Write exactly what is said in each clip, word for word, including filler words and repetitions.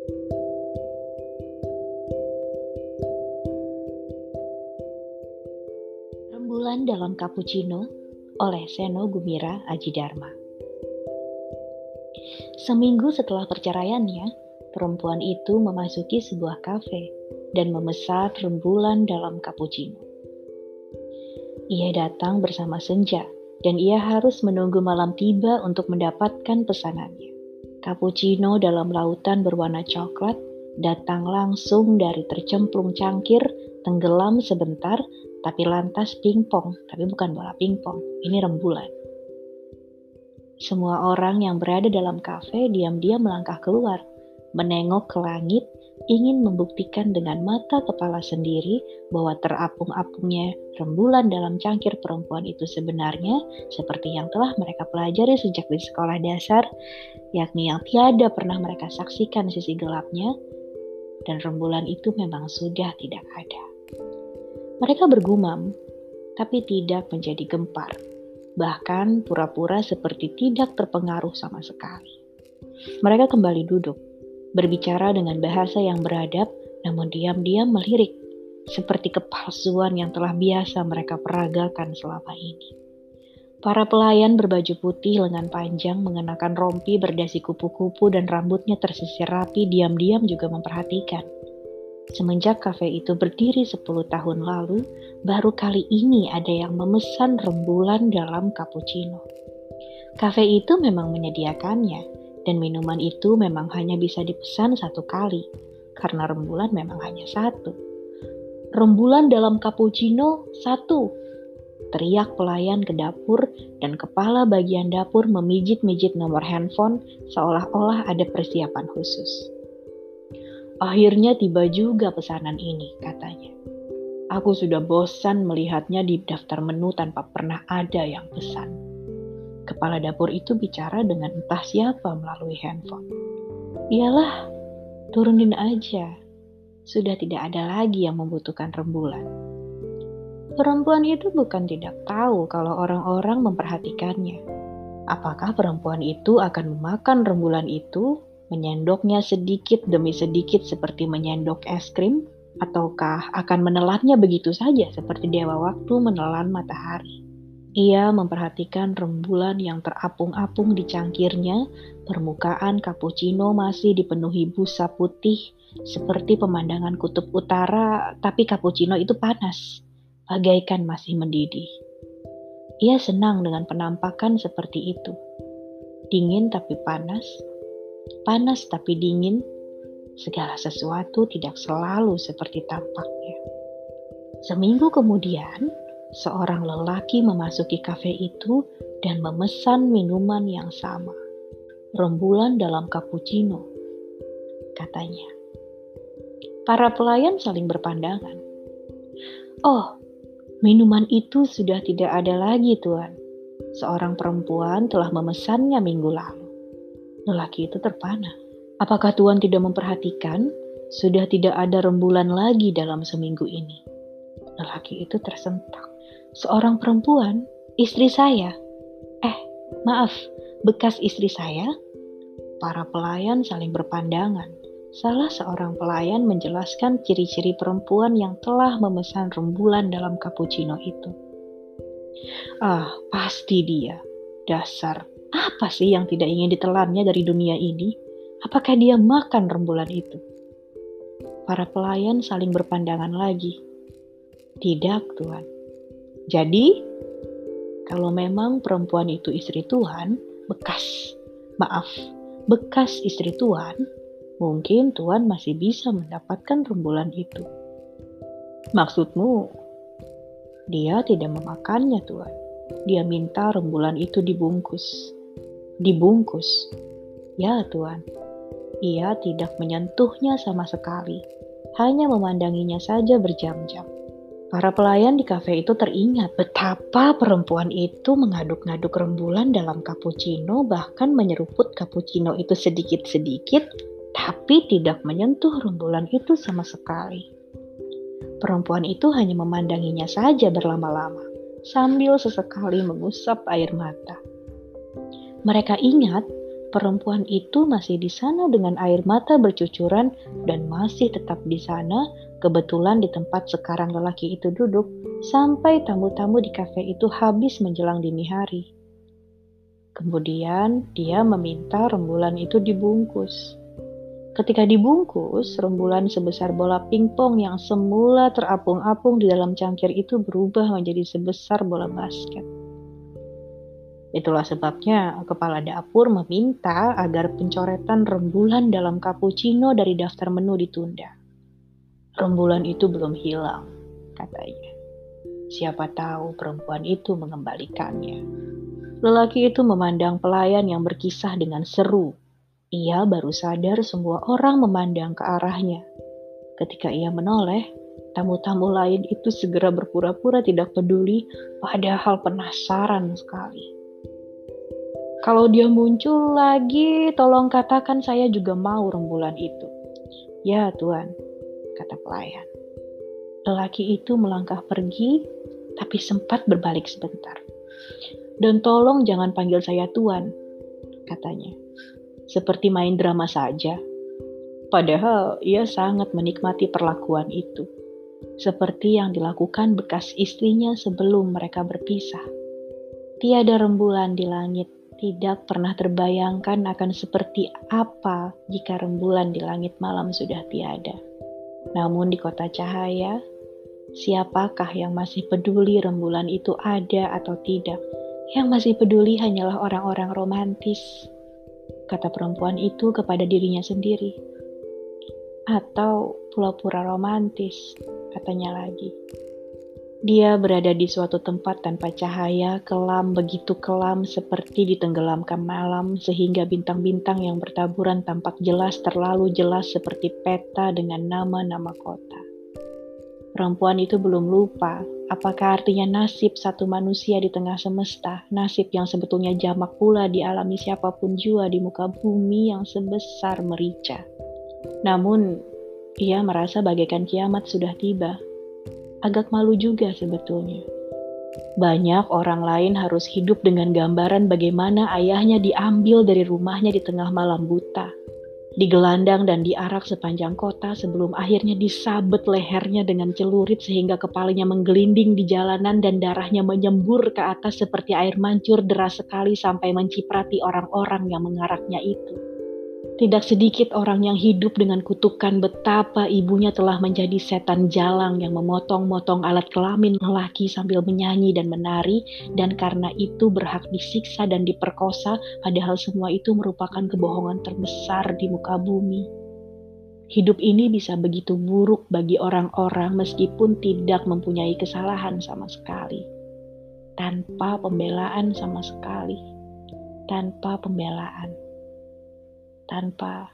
Rembulan dalam Cappuccino oleh Seno Gumira Adjidharma. Seminggu setelah perceraiannya, perempuan itu memasuki sebuah kafe dan memesan rembulan dalam cappuccino. Ia datang bersama senja dan ia harus menunggu malam tiba untuk mendapatkan pesanannya. Cappuccino dalam lautan berwarna coklat datang langsung dari tercemplung cangkir, tenggelam sebentar, tapi lantas pingpong, tapi bukan bola pingpong, ini rembulan. Semua orang yang berada dalam kafe diam-diam melangkah keluar, menengok ke langit, ingin membuktikan dengan mata kepala sendiri bahwa terapung-apungnya rembulan dalam cangkir perempuan itu sebenarnya seperti yang telah mereka pelajari sejak di sekolah dasar, yakni yang tiada pernah mereka saksikan sisi gelapnya, dan rembulan itu memang sudah tidak ada. Mereka bergumam, tapi tidak menjadi gempar, bahkan pura-pura seperti tidak terpengaruh sama sekali. Mereka kembali duduk, berbicara dengan bahasa yang beradab, namun diam-diam melirik, seperti kepalsuan yang telah biasa mereka peragakan selama ini. Para pelayan berbaju putih lengan panjang, mengenakan rompi berdasi kupu-kupu dan rambutnya tersisir rapi, diam-diam juga memperhatikan. Semenjak kafe itu berdiri sepuluh tahun lalu, baru kali ini ada yang memesan rembulan dalam cappuccino. Kafe itu memang menyediakannya, dan minuman itu memang hanya bisa dipesan satu kali, karena rembulan memang hanya satu. Rembulan dalam cappuccino satu, teriak pelayan ke dapur, dan kepala bagian dapur memijit-mijit nomor handphone seolah-olah ada persiapan khusus. Akhirnya tiba juga pesanan ini, katanya. Aku sudah bosan melihatnya di daftar menu tanpa pernah ada yang pesan. Kepala dapur itu bicara dengan entah siapa melalui handphone. Iyalah, turunin aja. Sudah tidak ada lagi yang membutuhkan rembulan. Perempuan itu bukan tidak tahu kalau orang-orang memperhatikannya. Apakah perempuan itu akan memakan rembulan itu, menyendoknya sedikit demi sedikit seperti menyendok es krim, ataukah akan menelannya begitu saja seperti dewa waktu menelan matahari? Ia memperhatikan rembulan yang terapung-apung di cangkirnya, permukaan cappuccino masih dipenuhi busa putih, seperti pemandangan kutub utara, tapi cappuccino itu panas, bagaikan masih mendidih. Ia senang dengan penampakan seperti itu. Dingin tapi panas, panas tapi dingin, segala sesuatu tidak selalu seperti tampaknya. Seminggu kemudian, seorang lelaki memasuki kafe itu dan memesan minuman yang sama. Rembulan dalam cappuccino, katanya. Para pelayan saling berpandangan. Oh, minuman itu sudah tidak ada lagi, Tuan. Seorang perempuan telah memesannya minggu lalu. Lelaki itu terpana. Apakah Tuan tidak memperhatikan? Sudah tidak ada rembulan lagi dalam seminggu ini. Lelaki itu tersentak. Seorang perempuan, istri saya. Eh, maaf, bekas istri saya? Para pelayan saling berpandangan. Salah seorang pelayan menjelaskan ciri-ciri perempuan yang telah memesan rembulan dalam cappuccino itu. Ah, pasti dia. Dasar. Apa sih yang tidak ingin ditelannya dari dunia ini? Apakah dia makan rembulan itu? Para pelayan saling berpandangan lagi. Tidak, Tuan. Jadi, kalau memang perempuan itu istri Tuan, bekas, maaf, bekas istri Tuan, mungkin Tuan masih bisa mendapatkan rembulan itu. Maksudmu, dia tidak memakannya, Tuan. Dia minta rembulan itu dibungkus. Dibungkus? Ya, Tuan. Ia tidak menyentuhnya sama sekali, hanya memandanginya saja berjam-jam. Para pelayan di kafe itu teringat betapa perempuan itu mengaduk-ngaduk rembulan dalam cappuccino, bahkan menyeruput cappuccino itu sedikit-sedikit, tapi tidak menyentuh rembulan itu sama sekali. Perempuan itu hanya memandanginya saja berlama-lama, sambil sesekali mengusap air mata. Mereka ingat Perempuan itu masih di sana dengan air mata bercucuran dan masih tetap di sana, kebetulan di tempat sekarang lelaki itu duduk, sampai tamu-tamu di kafe itu habis menjelang dini hari. Kemudian dia meminta rembulan itu dibungkus. Ketika dibungkus, rembulan sebesar bola pingpong yang semula terapung-apung di dalam cangkir itu berubah menjadi sebesar bola basket. Itulah sebabnya kepala dapur meminta agar pencoretan rembulan dalam cappuccino dari daftar menu ditunda. Rembulan itu belum hilang, katanya. Siapa tahu perempuan itu mengembalikannya. Lelaki itu memandang pelayan yang berkisah dengan seru. Ia baru sadar semua orang memandang ke arahnya. Ketika ia menoleh, tamu-tamu lain itu segera berpura-pura tidak peduli, padahal penasaran sekali. Kalau dia muncul lagi, tolong katakan saya juga mau rembulan itu. Ya, Tuan, kata pelayan. Lelaki itu melangkah pergi, tapi sempat berbalik sebentar. Dan tolong jangan panggil saya Tuan, katanya. Seperti main drama saja. Padahal ia sangat menikmati perlakuan itu. Seperti yang dilakukan bekas istrinya sebelum mereka berpisah. Tiada rembulan di langit. Tidak pernah terbayangkan akan seperti apa jika rembulan di langit malam sudah tiada. Namun di kota cahaya, siapakah yang masih peduli rembulan itu ada atau tidak? Yang masih peduli hanyalah orang-orang romantis, kata perempuan itu kepada dirinya sendiri. Atau pura-pura romantis, katanya lagi. Dia berada di suatu tempat tanpa cahaya, kelam begitu kelam seperti ditenggelamkan malam, sehingga bintang-bintang yang bertaburan tampak jelas terlalu jelas seperti peta dengan nama-nama kota. Perempuan itu belum lupa apakah artinya nasib satu manusia di tengah semesta, nasib yang sebetulnya jamak pula dialami siapapun jua di muka bumi yang sebesar merica. Namun, ia merasa bagaikan kiamat sudah tiba. Agak malu juga sebetulnya. Banyak orang lain harus hidup dengan gambaran bagaimana ayahnya diambil dari rumahnya di tengah malam buta, digelandang dan diarak sepanjang kota sebelum akhirnya disabet lehernya dengan celurit sehingga kepalanya menggelinding di jalanan dan darahnya menyembur ke atas seperti air mancur deras sekali sampai menciprati orang-orang yang mengaraknya itu. Tidak sedikit orang yang hidup dengan kutukan betapa ibunya telah menjadi setan jalang yang memotong-motong alat kelamin lelaki sambil menyanyi dan menari, dan karena itu berhak disiksa dan diperkosa, padahal semua itu merupakan kebohongan terbesar di muka bumi. Hidup ini bisa begitu buruk bagi orang-orang meskipun tidak mempunyai kesalahan sama sekali. Tanpa pembelaan sama sekali. Tanpa pembelaan. Tanpa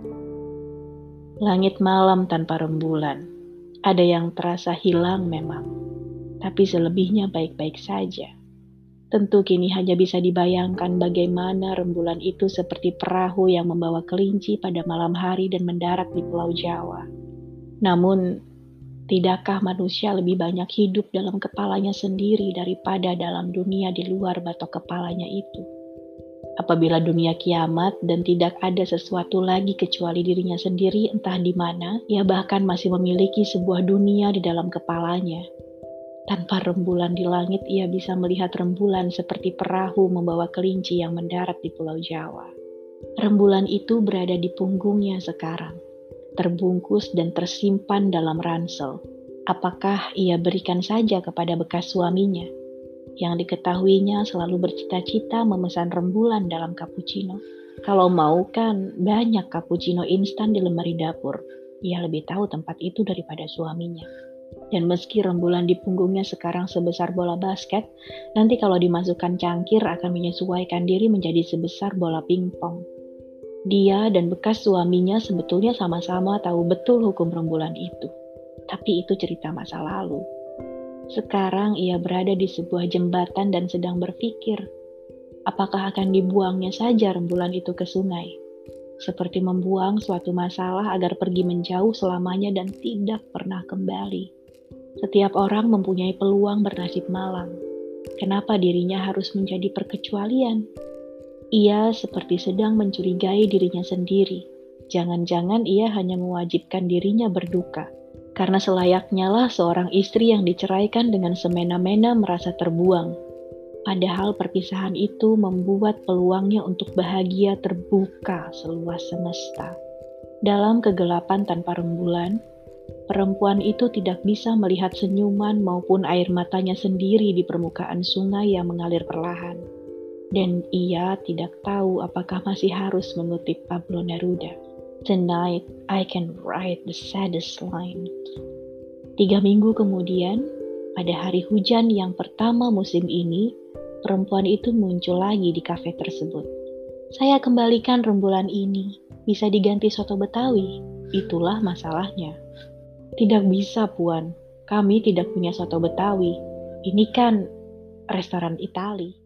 langit malam tanpa rembulan. Ada yang terasa hilang memang, tapi selebihnya baik-baik saja. Tentu kini hanya bisa dibayangkan bagaimana rembulan itu seperti perahu yang membawa kelinci pada malam hari dan mendarat di Pulau Jawa. Namun, tidakkah manusia lebih banyak hidup dalam kepalanya sendiri daripada dalam dunia di luar batok kepalanya itu? Apabila dunia kiamat dan tidak ada sesuatu lagi kecuali dirinya sendiri entah di mana, ia bahkan masih memiliki sebuah dunia di dalam kepalanya. Tanpa rembulan di langit, ia bisa melihat rembulan seperti perahu membawa kelinci yang mendarat di Pulau Jawa. Rembulan itu berada di punggungnya sekarang, terbungkus dan tersimpan dalam ransel. Apakah ia berikan saja kepada bekas suaminya? Yang diketahuinya selalu bercita-cita memesan rembulan dalam cappuccino. Kalau mau kan banyak cappuccino instan di lemari dapur. Ia lebih tahu tempat itu daripada suaminya. Dan meski rembulan di punggungnya sekarang sebesar bola basket, nanti kalau dimasukkan cangkir akan menyesuaikan diri menjadi sebesar bola pingpong. Dia dan bekas suaminya sebetulnya sama-sama tahu betul hukum rembulan itu. Tapi itu cerita masa lalu. Sekarang ia berada di sebuah jembatan dan sedang berpikir, apakah akan dibuangnya saja rembulan itu ke sungai? Seperti membuang suatu masalah agar pergi menjauh selamanya dan tidak pernah kembali. Setiap orang mempunyai peluang bernasib malang. Kenapa dirinya harus menjadi perkecualian? Ia seperti sedang mencurigai dirinya sendiri. Jangan-jangan ia hanya mewajibkan dirinya berduka. Karena selayaknya lah seorang istri yang diceraikan dengan semena-mena merasa terbuang. Padahal perpisahan itu membuat peluangnya untuk bahagia terbuka seluas semesta. Dalam kegelapan tanpa rembulan, perempuan itu tidak bisa melihat senyuman maupun air matanya sendiri di permukaan sungai yang mengalir perlahan. Dan ia tidak tahu apakah masih harus mengutip Pablo Neruda. Tonight I can write the saddest line. Tiga minggu kemudian, pada hari hujan yang pertama musim ini, perempuan itu muncul lagi di kafe tersebut. Saya kembalikan rembulan ini, bisa diganti soto Betawi. Itulah masalahnya. Tidak bisa, Puan. Kami tidak punya soto Betawi. Ini kan restoran Itali.